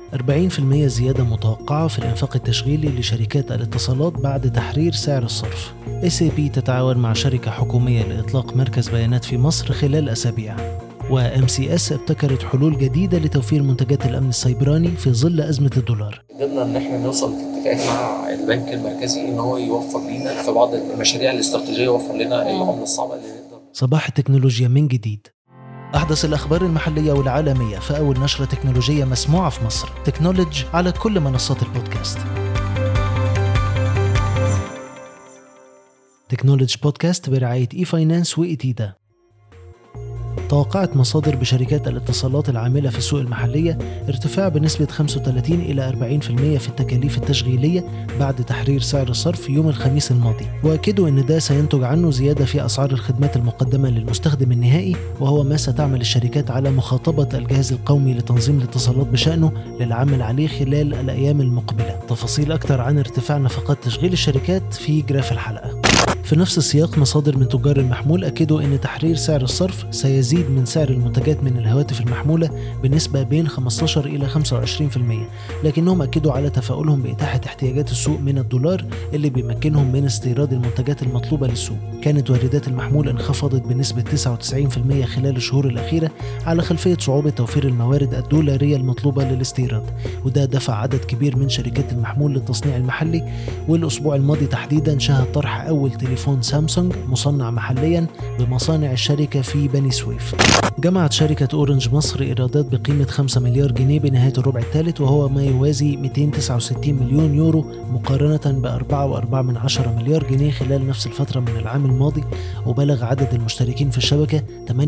40% زيادة متوقعة في الإنفاق التشغيلي لشركات الاتصالات بعد تحرير سعر الصرف. SAP تتعاون مع شركة حكومية لإطلاق مركز بيانات في مصر خلال أسابيع. وMCS ابتكرت حلول جديدة لتوفير منتجات الأمن السيبراني في ظل أزمة الدولار. قدرنا ان احنا نوصل لاتفاقات مع البنك المركزي ان هو يوفر لنا في بعض المشاريع الاستراتيجية، يوفر لنا العملة الصعبة اللي نقدر. صباح التكنولوجيا من جديد. أحدث الأخبار المحلية والعالمية في أول نشرة تكنولوجية مسموعة في مصر. تكنولوجي على كل منصات البودكاست. تكنولوجي بودكاست برعاية إي-فاينانس وإتيدا. توقعت مصادر بشركات الاتصالات العاملة في السوق المحلية ارتفاع بنسبة 35 إلى 40% في التكاليف التشغيلية بعد تحرير سعر الصرف يوم الخميس الماضي، وأكدوا أن ده سينتج عنه زيادة في أسعار الخدمات المقدمة للمستخدم النهائي، وهو ما ستعمل الشركات على مخاطبة الجهاز القومي لتنظيم الاتصالات بشأنه للعمل عليه خلال الأيام المقبلة. تفاصيل أكثر عن ارتفاع نفقات تشغيل الشركات في جراف الحلقة. في نفس السياق، مصادر من تجار المحمول أكدوا أن تحرير سعر الصرف سيزيد من سعر المنتجات من الهواتف المحمولة بنسبة بين 15 إلى 25%، لكنهم أكدوا على تفاؤلهم بإتاحة احتياجات السوق من الدولار اللي بيمكنهم من استيراد المنتجات المطلوبة للسوق. كانت واردات المحمول انخفضت بنسبة 99% خلال الشهور الأخيرة على خلفية صعوبة توفير الموارد الدولارية المطلوبة للاستيراد، وده دفع عدد كبير من شركات المحمول للتصنيع المحلي. والأسبوع الماضي تحديدا شهد طرح أول تليفون سامسونج مصنع محليا بمصانع الشركة في بني سويف. جمعت شركة أورنج مصر إيرادات بقيمة 5 مليار جنيه بنهاية الربع الثالث، وهو ما يوازي 269 مليون يورو مقارنة ب4.4 مليار جنيه خلال نفس الفترة من العام الماضي. وبلغ عدد المشتركين في الشبكة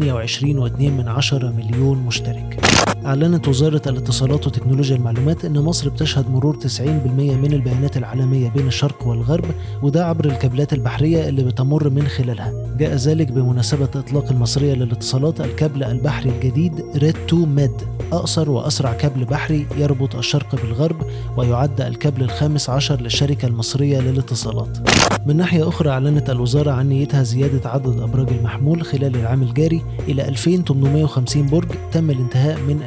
28.2 مليون مشترك. أعلنت وزارة الاتصالات وتكنولوجيا المعلومات أن مصر بتشهد مرور 90% من البيانات العالمية بين الشرق والغرب، وده عبر الكابلات البحرية اللي بتمر من خلالها. جاء ذلك بمناسبة إطلاق المصرية للاتصالات الكابل البحري الجديد ريد 2 ميد، أقصر وأسرع كابل بحري يربط الشرق بالغرب، ويعد الكابل ال15 للشركة المصرية للاتصالات. من ناحية أخرى، أعلنت الوزارة عن نيتها زيادة عدد أبراج المحمول خلال العام الجاري إلى 2850 برج، تم الانتهاء من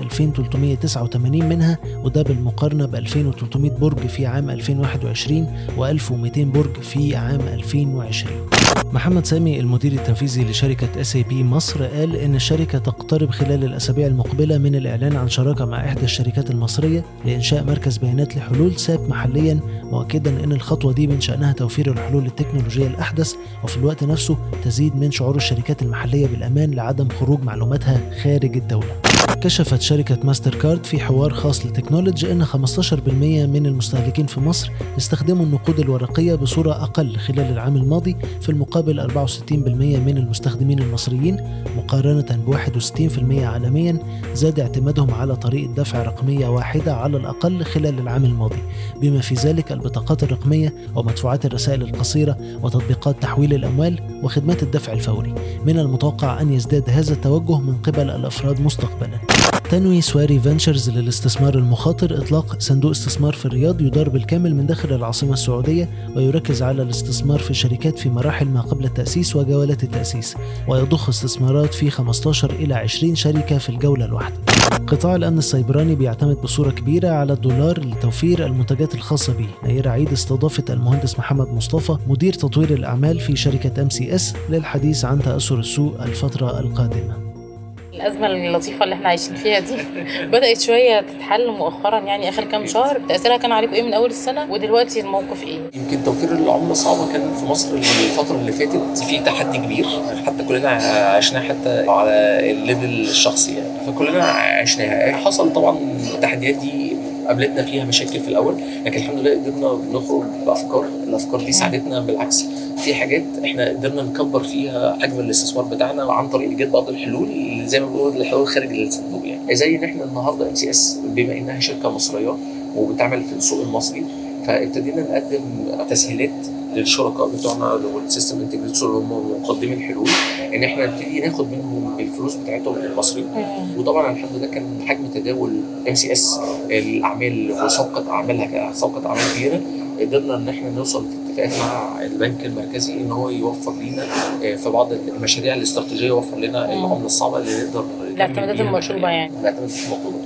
2389 منها، وده بالمقارنة ب 2300 برج في عام 2021 و1200 برج في عام 2020. محمد سامي المدير التنفيذي لشركة SAP مصر قال إن الشركة تقترب خلال الأسابيع المقبلة من الإعلان عن شراكة مع إحدى الشركات المصرية لإنشاء مركز بيانات لحلول SAP محليا، مؤكدا إن الخطوة دي من شأنها توفير الحلول التكنولوجية الأحدث، وفي الوقت نفسه تزيد من شعور الشركات المحلية بالأمان لعدم خروج معلوماتها خارج الدولة. كشفت شركة ماستر كارد في حوار خاص لتكنولوجي إن 15% من المستهلكين في مصر استخدموا النقود الورقية بصورة أقل خلال العام الماضي، في المقابل 64% من المستخدمين المصريين مقارنة ب61% عالميا زاد اعتمادهم على طريقة دفع رقمية واحدة على الأقل خلال العام الماضي، بما في ذلك البطاقات الرقمية ومدفوعات الرسائل القصيرة وتطبيقات تحويل الأموال وخدمات الدفع الفوري. من المتوقع أن يزداد هذا التوجه من قبل الأفراد مستقبلا. تنوي سواري فينتشرز للاستثمار المخاطر إطلاق صندوق استثمار في الرياض يدار بالكامل من داخل العاصمة السعودية، ويركز على الاستثمار في الشركات في مراحل ما قبل التأسيس وجولات التأسيس، ويضخ استثمارات في 15 إلى 20 شركة في الجولة الواحدة. قطاع الأمن السيبراني بيعتمد بصورة كبيرة على الدولار لتوفير المنتجات الخاصة به. نيرة عيد استضافت المهندس محمد مصطفى مدير تطوير الأعمال في شركة MCS للحديث عن تأثر السوق الفترة القادمة. الأزمة اللطيفة اللي احنا عايشين فيها دي بدأت شوية تتحل مؤخرا، يعني آخر كام شهر. تأثيرها كان عليكم ايه من أول السنة، ودلوقتي الموقف ايه؟ يمكن توفير العملة صعبة كان في مصر الفترة اللي فاتت، في تحدي كبير حتى كلنا عشناه حتى على الليفل الشخصي يعني، فكلنا عشناها. حصل طبعا التحديات دي قابلتنا فيها مشاكل في الأول، لكن الحمد لله قدرنا نخرج بأفكار. الأفكار دي ساعدتنا، بالعكس في حاجات احنا قدرنا نكبر فيها حجم الاستثمار بتاعنا عن طريق إيجاد بعض الحلول، زي ما بنقول الحلول خارج الصندوق يعني. زي ان احنا النهارده MCS بما انها شركه مصريه وبتعمل في السوق المصري، فابتدينا نقدم تسهيلات للشركاء بتوعنا والسيستم انتجريتور اللي هم مقدمين الحلول، ان احنا نبتدي ناخد منهم الفلوس بتاعتهم المصري. وطبعا الحمد لله كان حجم تداول MCS الاعمال وصفقه اعمالها كصفقه اعمال كبيره، قدرنا ان احنا نوصل اتفاقات مع البنك المركزي ان هو يوفر لنا في بعض المشاريع الاستراتيجيه، يوفر لنا العمله الصعبه اللي نقدر الاعتمادات المطلوبه يعني. الاعتمادات المطلوبه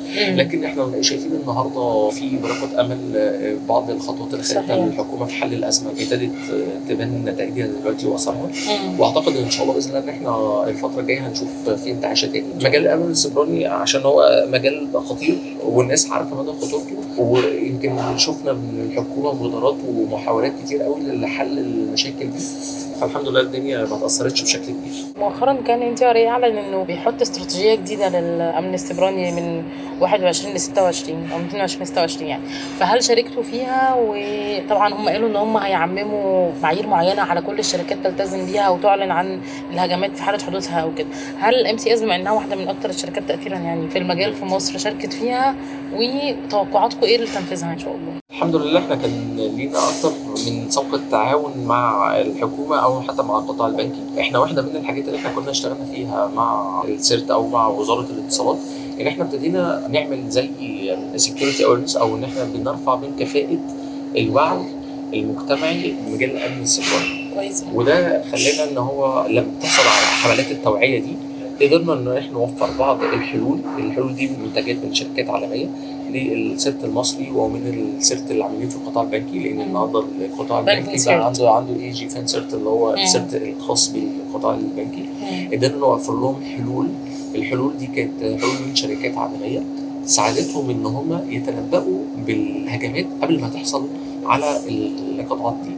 لكن احنا شايفين النهارده في برقه امل. بعض الخطوات اللي خدتها الحكومه في حل الازمه ابتدت تبان نتائجها دلوقتي واثرها، واعتقد ان شاء الله باذن الله ان احنا الفتره الجايه هنشوف في انتعاشه تاني. مجال الامن السيبراني عشان هو مجال خطير والناس عارفه مدى خطورته، ويمكن شفنا من الحكومه مبادرات ومحاولات كتير قوي لحل المشاكل دي، فالحمد لله الدنيا ما تاثرتش بشكل كبير. مؤخرا كان NTRA اعلن انه بيحط استراتيجيه جديده للامن السيبراني من 21 ل 26 او 22 ل 26 يعني، فهل شاركتوا فيها؟ وطبعا هم قالوا ان هم هيعمموا معايير معينه على كل الشركات تلتزم بيها وتعلن عن الهجمات في حاله حدوثها او كده. هل MCS بما انها واحده من اكثر الشركات تاثيرا يعني في المجال في مصر شاركت فيها، وتوقعاتكم ايه لتنفيذها ان شاء الله؟ الحمد لله احنا كان لينا اكتر من سابقه تعاون مع الحكومه او حتى مع القطاع البنكي. احنا واحده من الحاجات اللي احنا كنا اشتغلنا فيها مع السيرت او مع وزاره الاتصالات ان احنا ابتدينا نعمل زي سيكيورتي اورنس، او ان احنا بنرفع من كفاءه الوعي المجتمعي بمجال الامن السيبراني. كويس. وده خلانا ان هو لما تحصل على حملات التوعيه دي قدرنا ان احنا نوفر بعض الحلول دي من منتجات من شركات عالميه للسيرت المصري ومن السيرت اللي عاملين في القطاع البنكي، لان النهارده القطاع البنكي بقى عنده AG فانسيرت اللي هو السيرت الخاص بالقطاع البنكي. قدرنا نوفر لهم الحلول دي كانت حلول من شركات عالميه ساعدتهم ان هم يتنبؤوا بالهجمات قبل ما تحصل على القطاعات دي.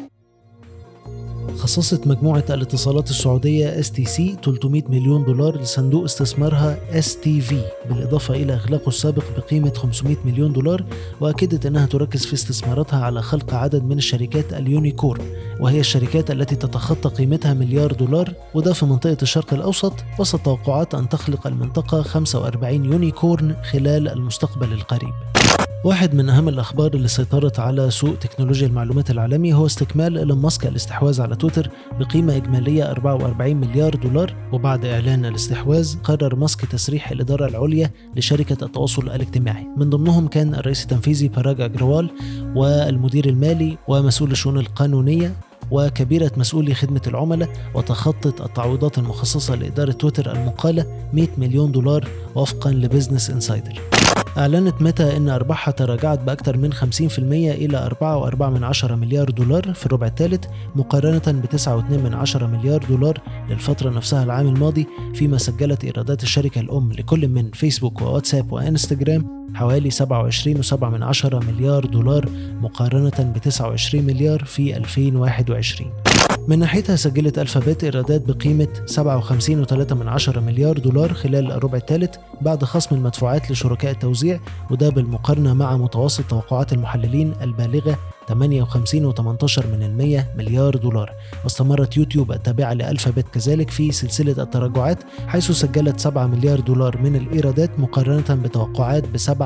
خصصت مجموعة الاتصالات السعودية STC $300 مليون لصندوق استثمارها STV، بالإضافة إلى إغلاقه السابق بقيمة $500 مليون، وأكدت أنها تركز في استثماراتها على خلق عدد من الشركات اليونيكورن، وهي الشركات التي تتخطى قيمتها $1 مليار، وده في منطقة الشرق الأوسط، وسط توقعات أن تخلق المنطقة 45 يونيكورن خلال المستقبل القريب. واحد من أهم الأخبار اللي سيطرت على سوق تكنولوجيا المعلومات العالمي هو استكمال إيلون ماسك الاستحواذ على تويتر بقيمة إجمالية $44 مليار، وبعد إعلان الاستحواذ قرر ماسك تسريح الإدارة العليا لشركة التواصل الاجتماعي، من ضمنهم كان الرئيس التنفيذي باراج أجروال والمدير المالي ومسؤول الشؤون القانونية وكبيرة مسؤولي خدمة العملاء، وتخطت التعويضات المخصصة لإدارة تويتر المقالة $100 مليون وفقا لبزنس إنسايدر. أعلنت ميتا أن أرباحها تراجعت بأكثر من 50% إلى $4.4 مليار في الربع الثالث، مقارنة ب$9.2 مليار للفترة نفسها العام الماضي، فيما سجلت إيرادات الشركة الأم لكل من فيسبوك وواتساب وإنستغرام حوالي $27.7 مليار مقارنة ب$29 مليار في 2021. من ناحيتها سجلت ألفابت إيرادات بقيمة $57.3 مليار خلال الربع الثالث بعد خصم المدفوعات لشركاء التوزيع، وده بالمقارنة مع متوسط توقعات المحللين البالغة $58.18 مليار. واستمرت يوتيوب التابعة لألفابت كذلك في سلسلة التراجعات، حيث سجلت $7 مليار من الإيرادات مقارنة بتوقعات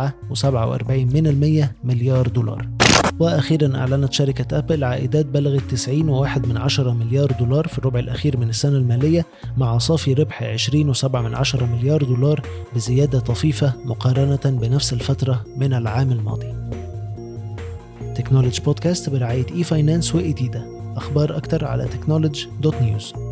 $7.47 مليار. وأخيرا أعلنت شركة أبل عائدات بلغت $90.1 مليار في الربع الأخير من السنة المالية، مع صافي ربح $20.7 مليار بزيادة طفيفة مقارنة بنفس الفترة من العام الماضي. تكنولوجي بودكاست برعاية eFinance وإيديدا. أخبار أكتر على technology.news.